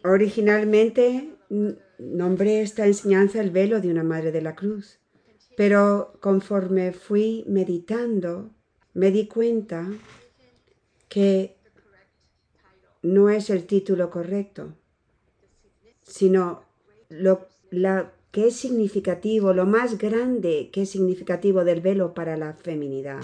Originalmente nombré esta enseñanza el velo de una Madre de la Cruz, pero conforme fui meditando, me di cuenta que no es el título correcto, sino que es significativo, lo más grande que es significativo del velo para la feminidad,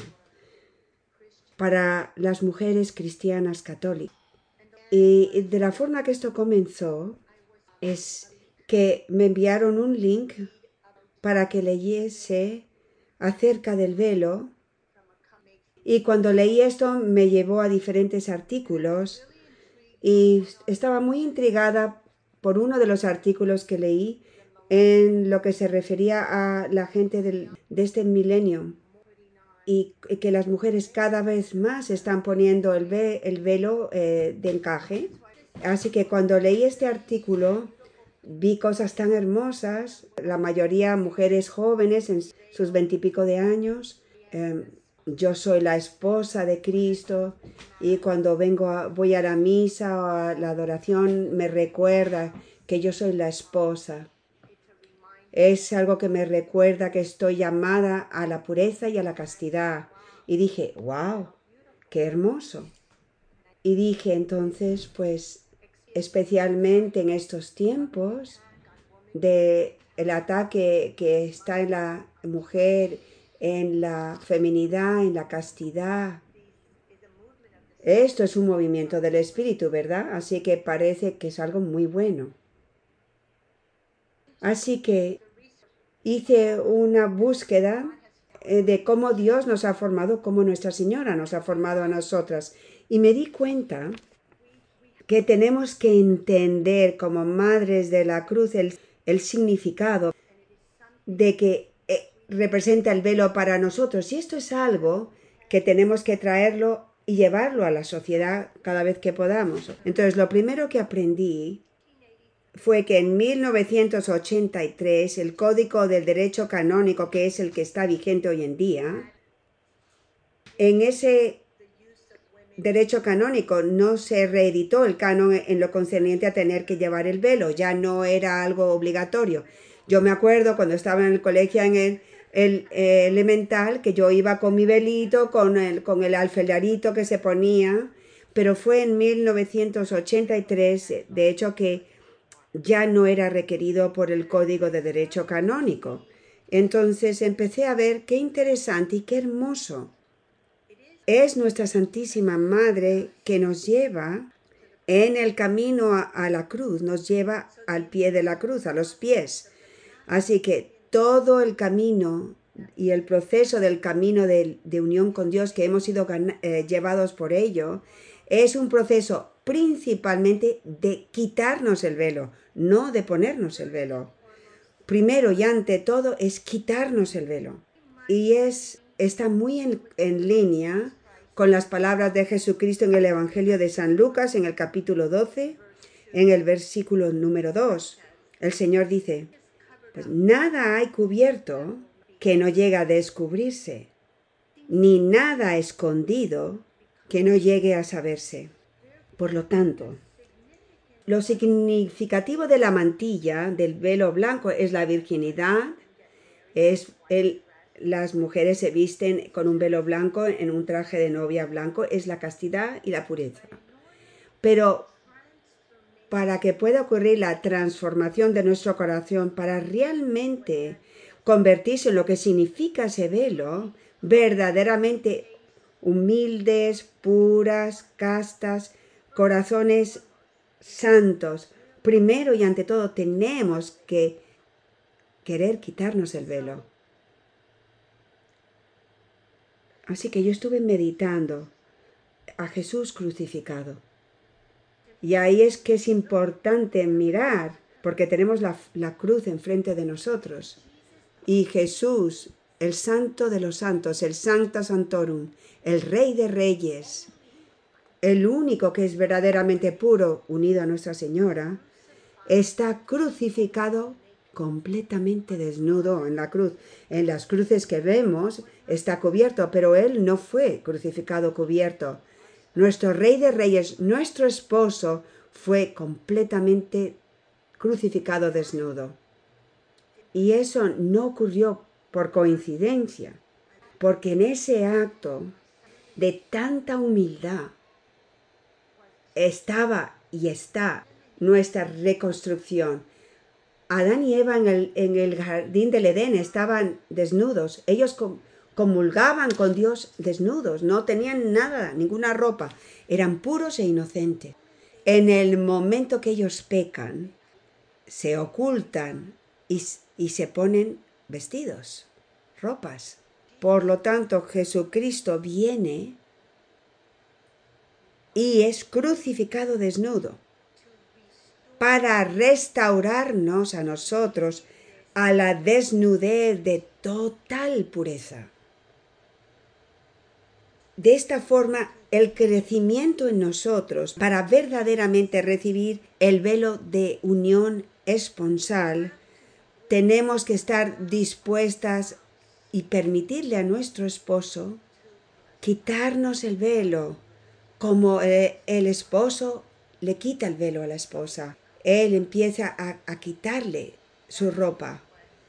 para las mujeres cristianas católicas. Y de la forma que esto comenzó es que me enviaron un link para que leyese acerca del velo, y cuando leí esto me llevó a diferentes artículos y estaba muy intrigada por uno de los artículos que leí en lo que se refería a la gente de este milenio, y que las mujeres cada vez más están poniendo el velo de encaje. Así que cuando leí este artículo vi cosas tan hermosas, la mayoría mujeres jóvenes en sus 20 y pico de años. Yo soy la esposa de Cristo, y cuando voy a la misa o a la adoración me recuerda que yo soy la esposa. Es algo que me recuerda que estoy llamada a la pureza y a la castidad. Y dije, wow, qué hermoso. Y dije entonces, pues, especialmente en estos tiempos de el ataque que está en la mujer, en la feminidad, en la castidad. Esto es un movimiento del espíritu, ¿verdad? Así que parece que es algo muy bueno. Así que hice una búsqueda de cómo Dios nos ha formado, cómo Nuestra Señora nos ha formado a nosotras. Y me di cuenta que tenemos que entender como madres de la cruz el significado de que representa el velo para nosotros. Y esto es algo que tenemos que traerlo y llevarlo a la sociedad cada vez que podamos. Entonces, lo primero que aprendí fue que en 1983 el Código del Derecho Canónico, que es el que está vigente hoy en día, en ese derecho canónico no se reeditó el canon en lo concerniente a tener que llevar el velo, ya no era algo obligatorio. Yo me acuerdo cuando estaba en el colegio en el elemental, que yo iba con mi velito, con el alfilerito que se ponía, pero fue en 1983, de hecho, que ya no era requerido por el Código de Derecho Canónico. Entonces empecé a ver qué interesante y qué hermoso. Es nuestra Santísima Madre que nos lleva en el camino a la cruz, nos lleva al pie de la cruz, a los pies. Así que todo el camino y el proceso del camino de unión con Dios que hemos sido llevados por ello, es un proceso principalmente de quitarnos el velo, no de ponernos el velo. Primero y ante todo es quitarnos el velo. Y está muy en línea con las palabras de Jesucristo en el Evangelio de San Lucas, en el capítulo 12, en el versículo número 2. El Señor dice, pues nada hay cubierto que no llegue a descubrirse, ni nada escondido que no llegue a saberse. Por lo tanto, lo significativo de la mantilla, del velo blanco, es la virginidad, las mujeres se visten con un velo blanco, en un traje de novia blanco, es la castidad y la pureza. Pero para que pueda ocurrir la transformación de nuestro corazón, para realmente convertirse en lo que significa ese velo, verdaderamente humildes, puras, castas, corazones santos, primero y ante todo tenemos que querer quitarnos el velo. Así que yo estuve meditando a Jesús crucificado. Y ahí es que es importante mirar, porque tenemos la cruz enfrente de nosotros. Y Jesús, el Santo de los Santos, el Sancta Sanctorum, el Rey de Reyes, el único que es verdaderamente puro, unido a Nuestra Señora, está crucificado completamente desnudo en la cruz. En las cruces que vemos está cubierto, pero Él no fue crucificado cubierto. Nuestro Rey de Reyes, nuestro esposo, fue completamente crucificado desnudo. Y eso no ocurrió por coincidencia, porque en ese acto de tanta humildad estaba y está nuestra reconstrucción. Adán y Eva en el jardín del Edén estaban desnudos. Ellos comulgaban con Dios desnudos, no tenían nada, ninguna ropa. Eran puros e inocentes. En el momento que ellos pecan, se ocultan y se ponen vestidos, ropas. Por lo tanto, Jesucristo viene y es crucificado desnudo para restaurarnos a nosotros a la desnudez de total pureza. De esta forma, el crecimiento en nosotros para verdaderamente recibir el velo de unión esponsal, tenemos que estar dispuestas y permitirle a nuestro esposo quitarnos el velo, como el esposo le quita el velo a la esposa. Él empieza a quitarle su ropa.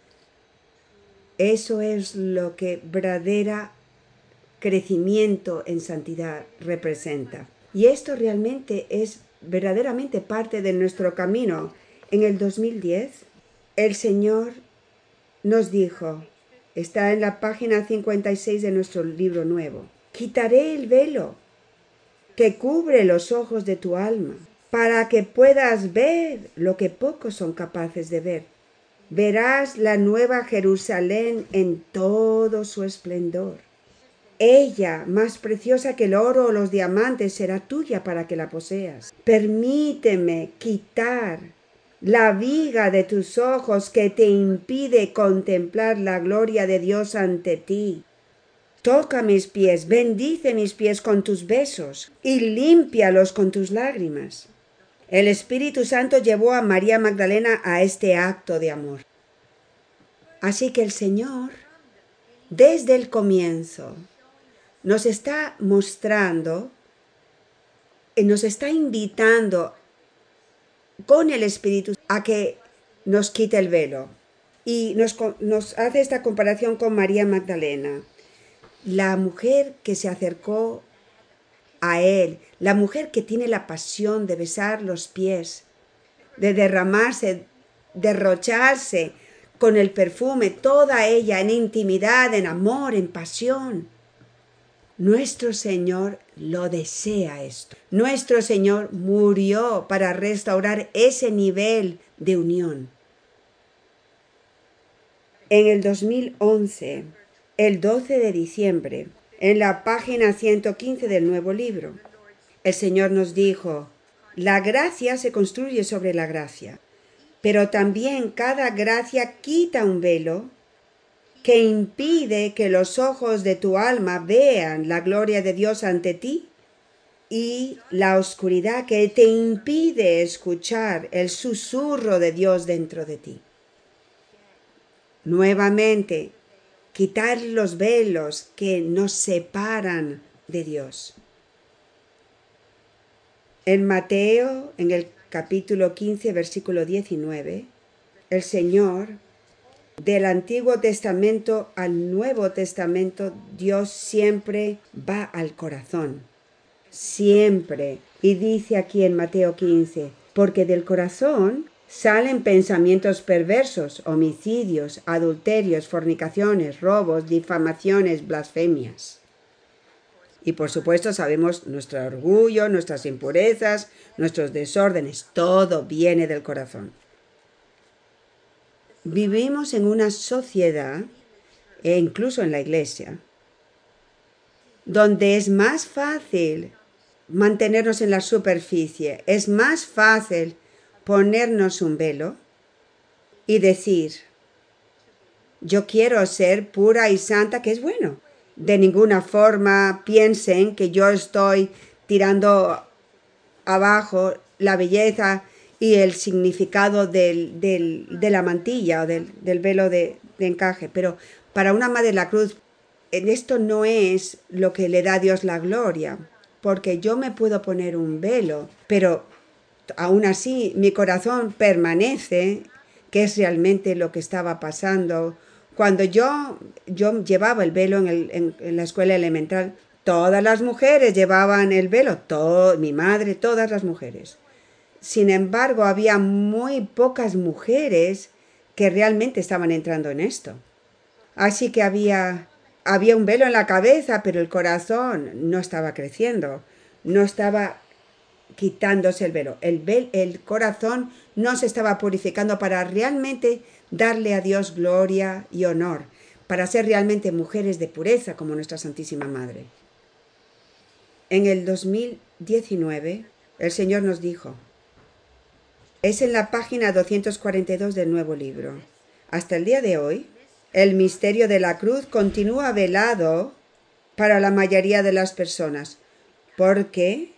Eso es lo que verdadera crecimiento en santidad representa. Y esto realmente es verdaderamente parte de nuestro camino. En el 2010, el Señor nos dijo, está en la página 56 de nuestro libro nuevo, quitaré el velo que cubre los ojos de tu alma, para que puedas ver lo que pocos son capaces de ver. Verás la nueva Jerusalén en todo su esplendor. Ella, más preciosa que el oro o los diamantes, será tuya para que la poseas. Permíteme quitar la viga de tus ojos que te impide contemplar la gloria de Dios ante ti. Toca mis pies, bendice mis pies con tus besos y límpialos con tus lágrimas. El Espíritu Santo llevó a María Magdalena a este acto de amor. Así que el Señor, desde el comienzo, nos está mostrando, nos está invitando con el Espíritu a que nos quite el velo. Y nos hace esta comparación con María Magdalena, la mujer que se acercó a él, la mujer que tiene la pasión de besar los pies, de derramarse, derrocharse con el perfume, toda ella en intimidad, en amor, en pasión. Nuestro Señor lo desea esto. Nuestro Señor murió para restaurar ese nivel de unión. En el 2011, el 12 de diciembre, en la página 115 del nuevo libro, el Señor nos dijo, la gracia se construye sobre la gracia, pero también cada gracia quita un velo que impide que los ojos de tu alma vean la gloria de Dios ante ti y la oscuridad que te impide escuchar el susurro de Dios dentro de ti. Nuevamente, quitar los velos que nos separan de Dios. En Mateo, en el capítulo 15, versículo 19, el Señor, del Antiguo Testamento al Nuevo Testamento, Dios siempre va al corazón. Siempre. Y dice aquí en Mateo 15, porque del corazón salen pensamientos perversos, homicidios, adulterios, fornicaciones, robos, difamaciones, blasfemias. Y por supuesto sabemos nuestro orgullo, nuestras impurezas, nuestros desórdenes, todo viene del corazón. Vivimos en una sociedad, e incluso en la iglesia, donde es más fácil mantenernos en la superficie, es más fácil ponernos un velo y decir, yo quiero ser pura y santa, que es bueno. De ninguna forma piensen que yo estoy tirando abajo la belleza y el significado de la mantilla o del velo de encaje. Pero para una madre de la cruz, esto no es lo que le da a Dios la gloria, porque yo me puedo poner un velo, pero Aún así, mi corazón permanece, que es realmente lo que estaba pasando. Cuando yo llevaba el velo en la escuela elemental, todas las mujeres llevaban el velo, mi madre, todas las mujeres. Sin embargo, había muy pocas mujeres que realmente estaban entrando en esto. Así que había un velo en la cabeza, pero el corazón no estaba creciendo, no estaba quitándose el velo. El corazón no se estaba purificando para realmente darle a Dios gloria y honor, para ser realmente mujeres de pureza como nuestra Santísima Madre. En el 2019, el Señor nos dijo, es en la página 242 del nuevo libro. Hasta el día de hoy, el misterio de la cruz continúa velado para la mayoría de las personas, porque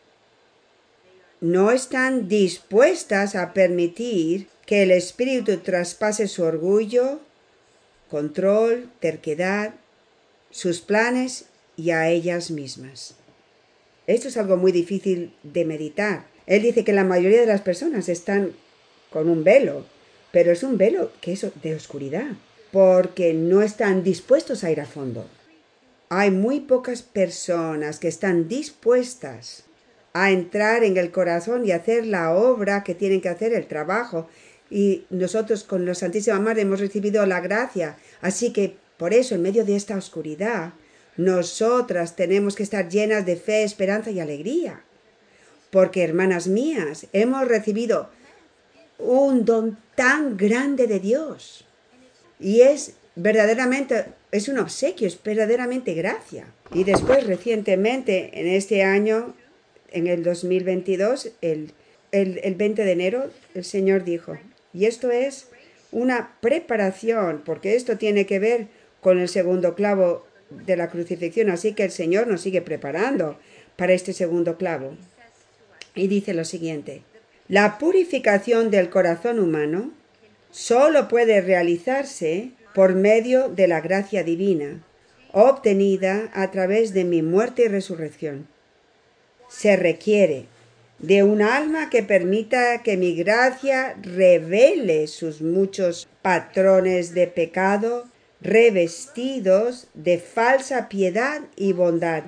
no están dispuestas a permitir que el espíritu traspase su orgullo, control, terquedad, sus planes y a ellas mismas. Esto es algo muy difícil de meditar. Él dice que la mayoría de las personas están con un velo, pero es un velo que es de oscuridad, porque no están dispuestos a ir a fondo. Hay muy pocas personas que están dispuestas a entrar en el corazón y hacer la obra que tienen que hacer, el trabajo. Y nosotros con la Santísima Madre hemos recibido la gracia. Así que por eso, en medio de esta oscuridad, nosotras tenemos que estar llenas de fe, esperanza y alegría. Porque, hermanas mías, hemos recibido un don tan grande de Dios. Y es un obsequio, es verdaderamente gracia. Y después, recientemente, en este año, en el 2022, el 20 de enero, el Señor dijo, y esto es una preparación, porque esto tiene que ver con el segundo clavo de la crucifixión, así que el Señor nos sigue preparando para este segundo clavo. Y dice lo siguiente, la purificación del corazón humano solo puede realizarse por medio de la gracia divina, obtenida a través de mi muerte y resurrección. Se requiere de un alma que permita que mi gracia revele sus muchos patrones de pecado, revestidos de falsa piedad y bondad.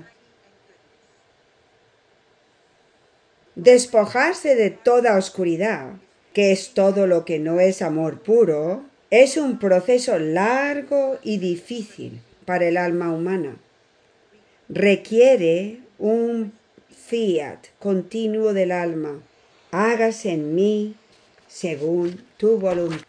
Despojarse de toda oscuridad, que es todo lo que no es amor puro, es un proceso largo y difícil para el alma humana. Requiere un fiat continuo del alma. Hágase en mí según tu voluntad.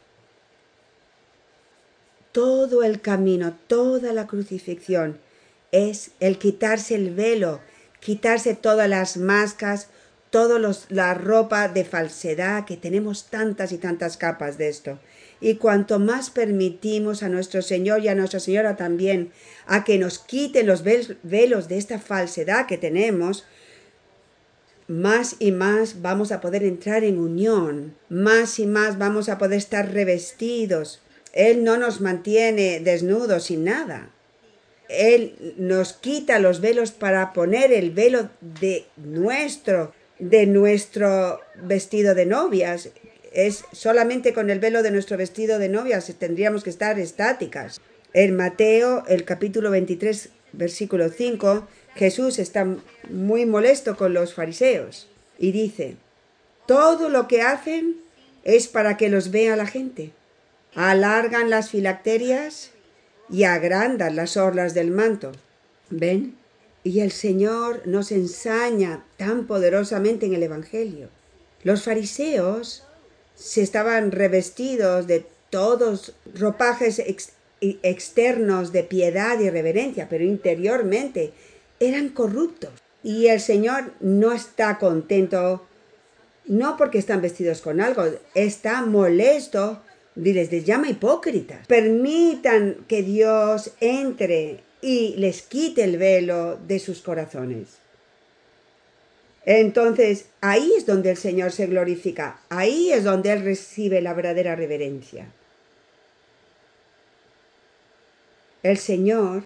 Todo el camino, toda la crucifixión es el quitarse el velo, quitarse todas las máscaras, la ropa de falsedad, que tenemos tantas y tantas capas de esto. Y cuanto más permitimos a nuestro Señor y a Nuestra Señora también a que nos quiten los velos de esta falsedad que tenemos, más y más vamos a poder entrar en unión, más y más vamos a poder estar revestidos. Él no nos mantiene desnudos sin nada. Él nos quita los velos para poner el velo de nuestro vestido de novias. Es solamente con el velo de nuestro vestido de novias tendríamos que estar estáticas. En Mateo, el capítulo 23, versículo 5, Jesús está muy molesto con los fariseos y dice, todo lo que hacen es para que los vea la gente. Alargan las filacterias y agrandan las orlas del manto. ¿Ven? Y el Señor nos ensaña tan poderosamente en el Evangelio. Los fariseos se estaban revestidos de todos ropajes externos de piedad y reverencia, pero interiormente eran corruptos. Y el Señor no está contento, no porque están vestidos con algo, está molesto y les llama hipócritas. Permitan que Dios entre y les quite el velo de sus corazones. Entonces, ahí es donde el Señor se glorifica, ahí es donde Él recibe la verdadera reverencia. El Señor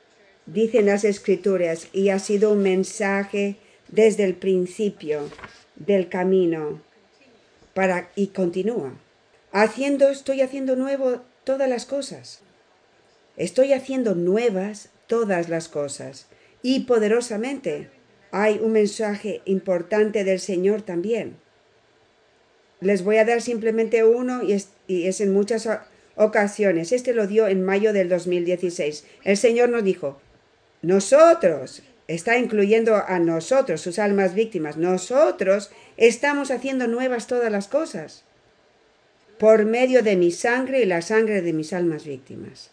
dice en las Escrituras, y ha sido un mensaje desde el principio, del camino y continúa. Estoy haciendo nuevo todas las cosas. Estoy haciendo nuevas todas las cosas. Y poderosamente hay un mensaje importante del Señor también. Les voy a dar simplemente uno y es en muchas ocasiones. Este lo dio en mayo del 2016. El Señor nos dijo, nosotros, está incluyendo a nosotros, sus almas víctimas, nosotros estamos haciendo nuevas todas las cosas por medio de mi sangre y la sangre de mis almas víctimas.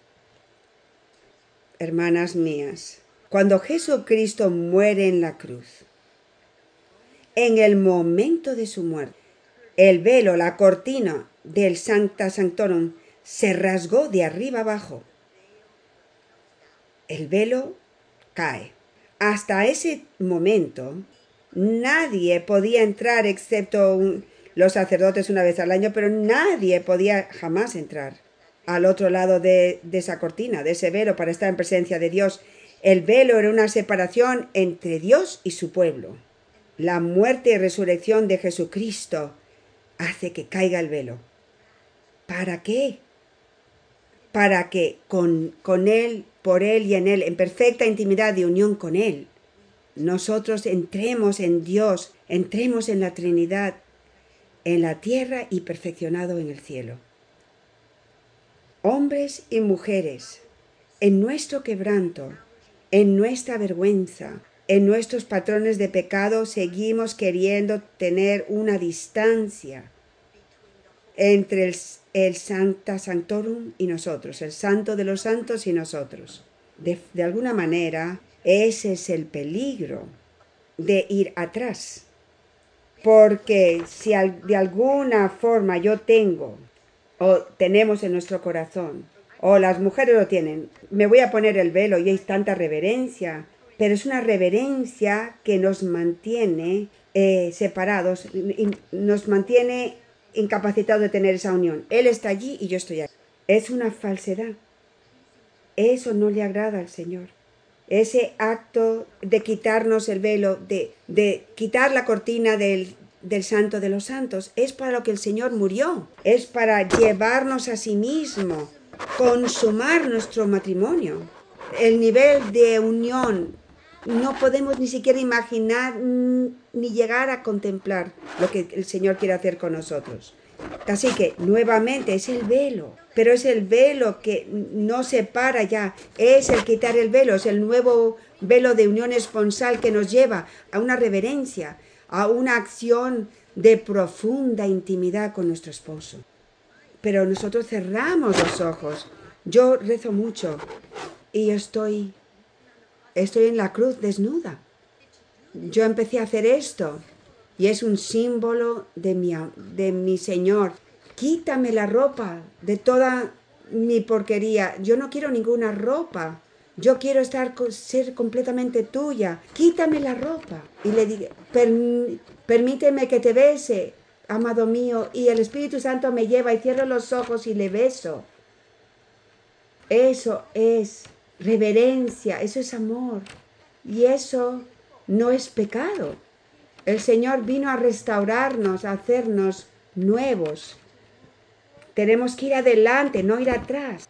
Hermanas mías, cuando Jesucristo muere en la cruz, en el momento de su muerte, el velo, la cortina del Sancta Sanctorum se rasgó de arriba abajo. El velo cae. Hasta ese momento, nadie podía entrar excepto los sacerdotes una vez al año, pero nadie podía jamás entrar al otro lado de esa cortina, de ese velo, para estar en presencia de Dios. El velo era una separación entre Dios y su pueblo. La muerte y resurrección de Jesucristo hace que caiga el velo. ¿Para qué? Para que con Él, por Él y en Él, en perfecta intimidad de unión con Él, nosotros entremos en Dios, entremos en la Trinidad, en la tierra y perfeccionado en el cielo. Hombres y mujeres, en nuestro quebranto, en nuestra vergüenza, en nuestros patrones de pecado, seguimos queriendo tener una distancia entre el Sancta Sanctorum y nosotros, el Santo de los Santos y nosotros. De alguna manera, ese es el peligro de ir atrás. Porque si de alguna forma yo tengo o tenemos en nuestro corazón, o las mujeres lo tienen, me voy a poner el velo y hay tanta reverencia, pero es una reverencia que nos mantiene separados, y nos mantiene incapacitados de tener esa unión. Él está allí y yo estoy aquí. Es una falsedad. Eso no le agrada al Señor. Ese acto de quitarnos el velo, de quitar la cortina del Santo de los Santos, es para lo que el Señor murió. Es para llevarnos a sí mismo, consumar nuestro matrimonio. El nivel de unión, no podemos ni siquiera imaginar ni llegar a contemplar lo que el Señor quiere hacer con nosotros. Así que, nuevamente, es el velo, pero es el velo que no separa ya, es el quitar el velo, es el nuevo velo de unión esponsal que nos lleva a una reverencia, a una acción de profunda intimidad con nuestro esposo. Pero nosotros cerramos los ojos. Yo rezo mucho y estoy en la cruz desnuda. Yo empecé a hacer esto. Y es un símbolo de mi Señor. Quítame la ropa de toda mi porquería. Yo no quiero ninguna ropa. Yo quiero ser completamente tuya. Quítame la ropa. Y le digo, permíteme que te bese, amado mío. Y el Espíritu Santo me lleva y cierro los ojos y le beso. Eso es reverencia, eso es amor. Y eso no es pecado. El Señor vino a restaurarnos, a hacernos nuevos. Tenemos que ir adelante, no ir atrás.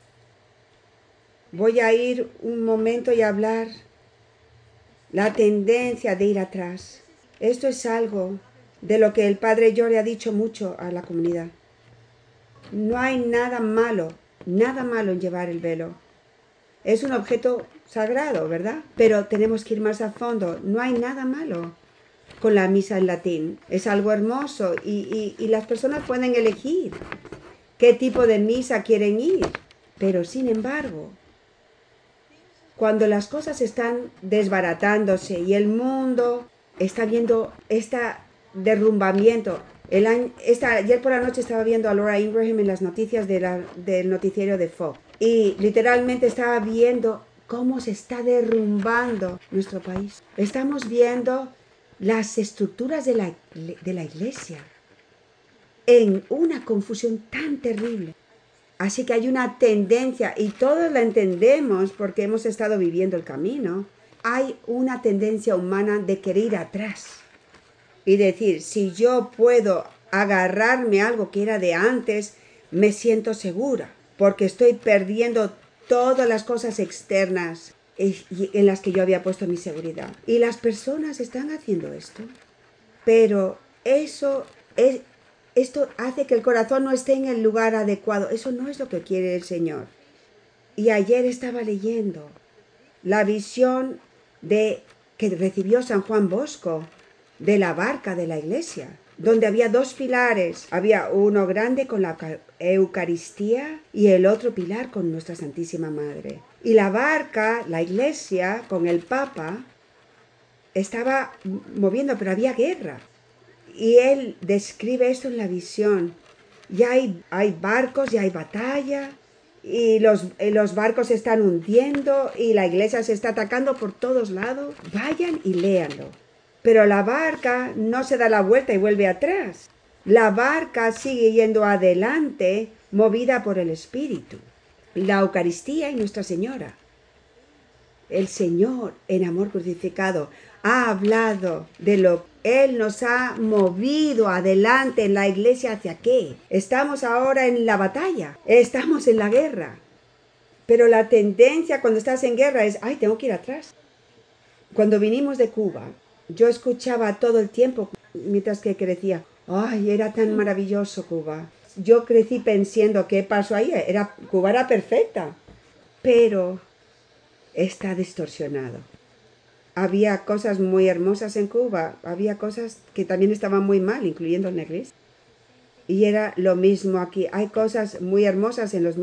Voy a ir un momento y hablar la tendencia de ir atrás. Esto es algo de lo que el Padre Joe le ha dicho mucho a la comunidad. No hay nada malo en llevar el velo. Es un objeto sagrado, ¿verdad? Pero tenemos que ir más a fondo. No hay nada malo con la misa en latín. Es algo hermoso y las personas pueden elegir qué tipo de misa quieren ir. Pero sin embargo, cuando las cosas están desbaratándose y el mundo está viendo este derrumbamiento. Ayer por la noche estaba viendo a Laura Ingraham en las noticias del noticiero de Fox. Y literalmente estaba viendo cómo se está derrumbando nuestro país. Estamos viendo las estructuras de la iglesia en una confusión tan terrible. Así que hay una tendencia, y todos la entendemos porque hemos estado viviendo el camino, hay una tendencia humana de querer ir atrás. y decir, si yo puedo agarrarme a algo que era de antes, me siento segura, porque estoy perdiendo todas las cosas externas en las que yo había puesto mi seguridad. Y las personas están haciendo esto, pero esto hace que el corazón no esté en el lugar adecuado. Eso no es lo que quiere el Señor. Y ayer estaba leyendo la visión que recibió San Juan Bosco de la barca de la iglesia, donde había dos pilares. Había uno grande con la Eucaristía y el otro pilar con nuestra Santísima Madre. Y la barca, la iglesia, con el Papa, estaba moviendo, pero había guerra. Y él describe esto en la visión. Ya hay barcos, ya hay batalla, y los barcos se están hundiendo y la iglesia se está atacando por todos lados. Vayan y léanlo. Pero la barca no se da la vuelta y vuelve atrás. La barca sigue yendo adelante, movida por el Espíritu. La Eucaristía y Nuestra Señora. El Señor, en amor crucificado, ha hablado de lo que Él nos ha movido adelante en la iglesia. ¿Hacia qué? Estamos ahora en la batalla, estamos en la guerra. Pero la tendencia cuando estás en guerra es, ay, tengo que ir atrás. Cuando vinimos de Cuba, yo escuchaba todo el tiempo, mientras que crecía, ay, era tan maravilloso Cuba. Yo crecí pensando, ¿qué pasó ahí? Cuba era perfecta, pero está distorsionado. Había cosas muy hermosas en Cuba, había cosas que también estaban muy mal, incluyendo en la iglesia. Y era lo mismo aquí. Hay cosas muy hermosas en los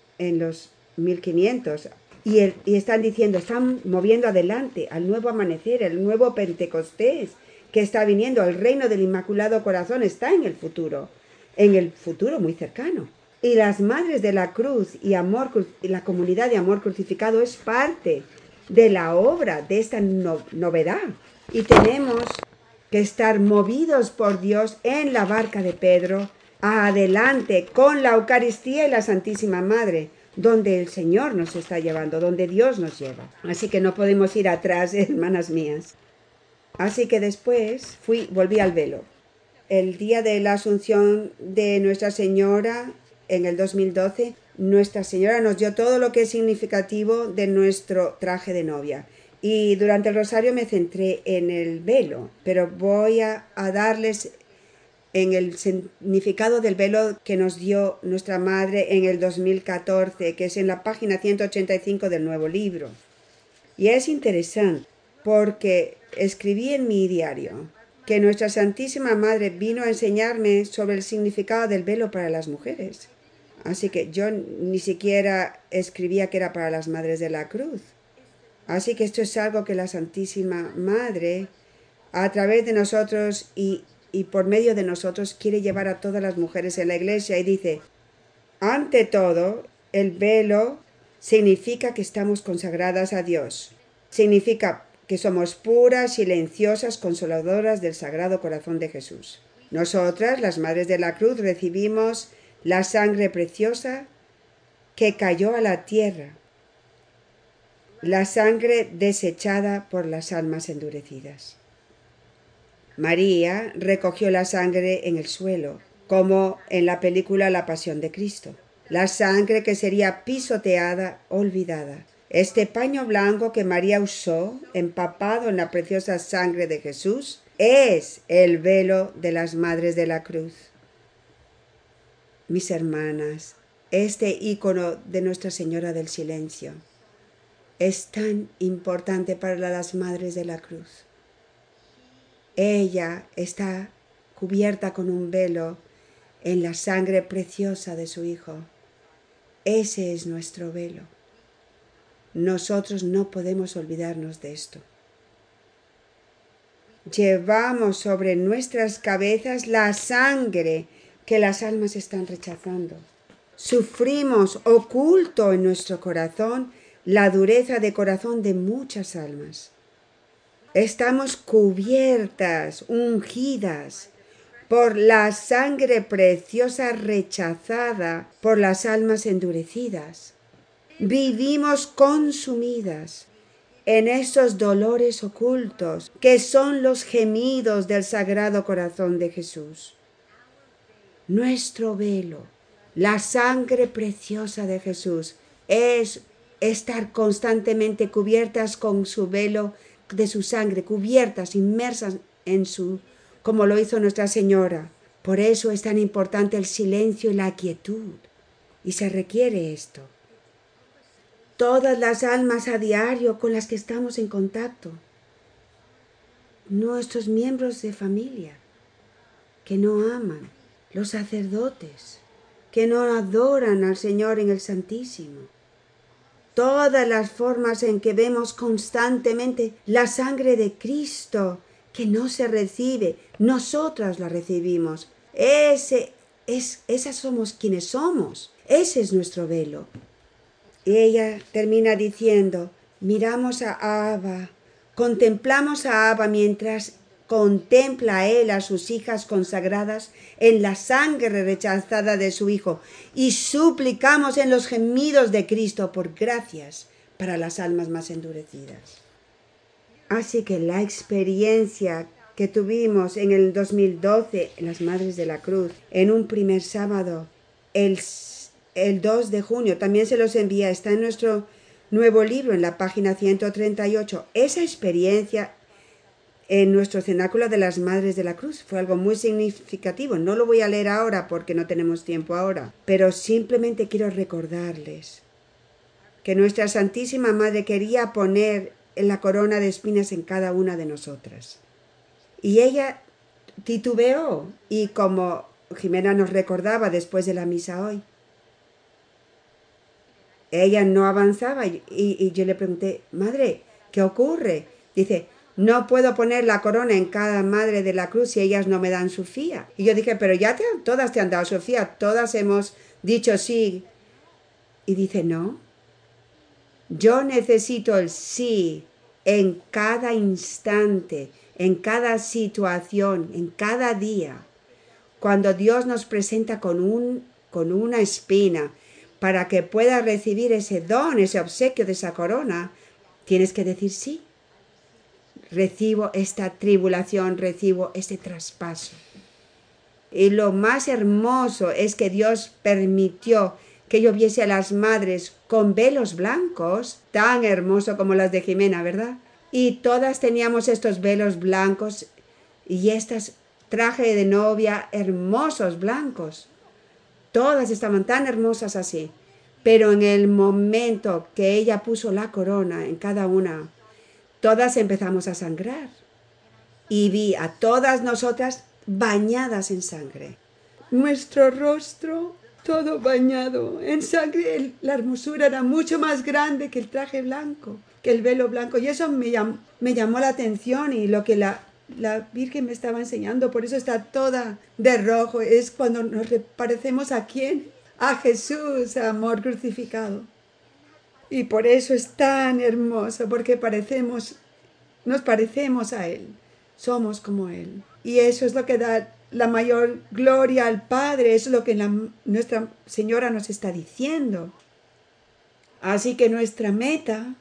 1500. Y están diciendo, están moviendo adelante al nuevo amanecer, el nuevo Pentecostés que está viniendo. El reino del Inmaculado Corazón está en el futuro muy cercano. Y las Madres de la Cruz y la comunidad de amor crucificado es parte de la obra de esta novedad. Y tenemos que estar movidos por Dios en la barca de Pedro, adelante con la Eucaristía y la Santísima Madre, donde el Señor nos está llevando, donde Dios nos lleva. Así que no podemos ir atrás, hermanas mías. Así que después volví al velo. El día de la Asunción de Nuestra Señora, en el 2012, Nuestra Señora nos dio todo lo que es significativo de nuestro traje de novia. Y durante el rosario me centré en el velo, pero voy a darles en el significado del velo que nos dio nuestra Madre en el 2014, que es en la página 185 del nuevo libro. Y es interesante porque escribí en mi diario que nuestra Santísima Madre vino a enseñarme sobre el significado del velo para las mujeres. Así que yo ni siquiera escribía que era para las Madres de la Cruz. Así que esto es algo que la Santísima Madre, a través de nosotros y por medio de nosotros, quiere llevar a todas las mujeres en la iglesia. Y dice, ante todo, el velo significa que estamos consagradas a Dios. Significa que somos puras, silenciosas, consoladoras del Sagrado Corazón de Jesús. Nosotras, las Madres de la Cruz, recibimos la sangre preciosa que cayó a la tierra, la sangre desechada por las almas endurecidas. María recogió la sangre en el suelo, como en la película La Pasión de Cristo. La sangre que sería pisoteada, olvidada. Este paño blanco que María usó, empapado en la preciosa sangre de Jesús, es el velo de las Madres de la Cruz. Mis hermanas, este ícono de Nuestra Señora del Silencio es tan importante para las Madres de la Cruz. Ella está cubierta con un velo en la sangre preciosa de su Hijo. Ese es nuestro velo. Nosotros no podemos olvidarnos de esto. Llevamos sobre nuestras cabezas la sangre que las almas están rechazando. Sufrimos oculto en nuestro corazón la dureza de corazón de muchas almas. Estamos cubiertas, ungidas por la sangre preciosa rechazada por las almas endurecidas. Vivimos consumidas en estos dolores ocultos, que son los gemidos del Sagrado Corazón de Jesús. Nuestro velo, la sangre preciosa de Jesús, es estar constantemente cubiertas con su velo de su sangre, cubiertas, inmersas en su, como lo hizo Nuestra Señora. Por eso es tan importante el silencio y la quietud. Y se requiere esto. Todas las almas a diario con las que estamos en contacto, nuestros miembros de familia que no aman, los sacerdotes que no adoran al Señor en el Santísimo, todas las formas en que vemos constantemente la sangre de Cristo que no se recibe, nosotras la recibimos. Esas somos quienes somos, ese es nuestro velo. Y ella termina diciendo, miramos a Abba, contemplamos a Abba mientras contempla a él a sus hijas consagradas en la sangre rechazada de su Hijo y suplicamos en los gemidos de Cristo por gracias para las almas más endurecidas. Así que la experiencia que tuvimos en el 2012 en las Madres de la Cruz, en un primer sábado, el 2 de junio, también se los envía, está en nuestro nuevo libro, en la página 138. Esa experiencia en nuestro cenáculo de las Madres de la Cruz fue algo muy significativo. No lo voy a leer ahora porque no tenemos tiempo ahora, pero simplemente quiero recordarles que nuestra Santísima Madre quería poner la corona de espinas en cada una de nosotras. Y ella titubeó, y como Jimena nos recordaba después de la misa hoy, ella no avanzaba y yo le pregunté, Madre, ¿qué ocurre? Dice, no puedo poner la corona en cada Madre de la Cruz si ellas no me dan su fía. Y yo dije, pero ya todas te han dado su fía, todas hemos dicho sí. Y dice, no, yo necesito el sí en cada instante, en cada situación, en cada día. Cuando Dios nos presenta con una espina para que puedas recibir ese don, ese obsequio de esa corona, tienes que decir sí. Recibo esta tribulación, recibo este traspaso. Y lo más hermoso es que Dios permitió que yo viese a las madres con velos blancos, tan hermoso como las de Jimena, ¿verdad? Y todas teníamos estos velos blancos y estos trajes de novia hermosos blancos. Todas estaban tan hermosas así. Pero en el momento que ella puso la corona en cada una, todas empezamos a sangrar. Y vi a todas nosotras bañadas en sangre. Nuestro rostro todo bañado en sangre. La hermosura era mucho más grande que el traje blanco, que el velo blanco. Y eso me llamó la atención y lo que la Virgen me estaba enseñando. Por eso está toda de rojo. Es cuando nos parecemos ¿a quién? A Jesús, amor crucificado. Y por eso es tan hermoso, porque nos parecemos a Él. Somos como Él. Y eso es lo que da la mayor gloria al Padre. Eso es lo que Nuestra Señora nos está diciendo. Así que nuestra meta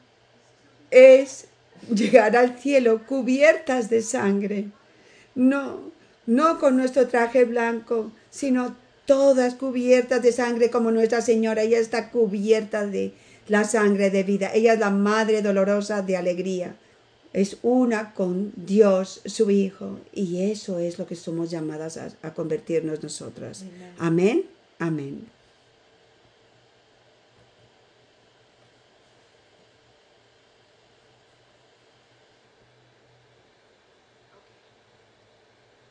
es llegar al cielo cubiertas de sangre. No con nuestro traje blanco, sino todas cubiertas de sangre como Nuestra Señora. Ella está cubierta de la sangre de vida. Ella es la Madre dolorosa de alegría. Es una con Dios, su Hijo. Y eso es lo que somos llamadas a convertirnos nosotras. Amén. Amén.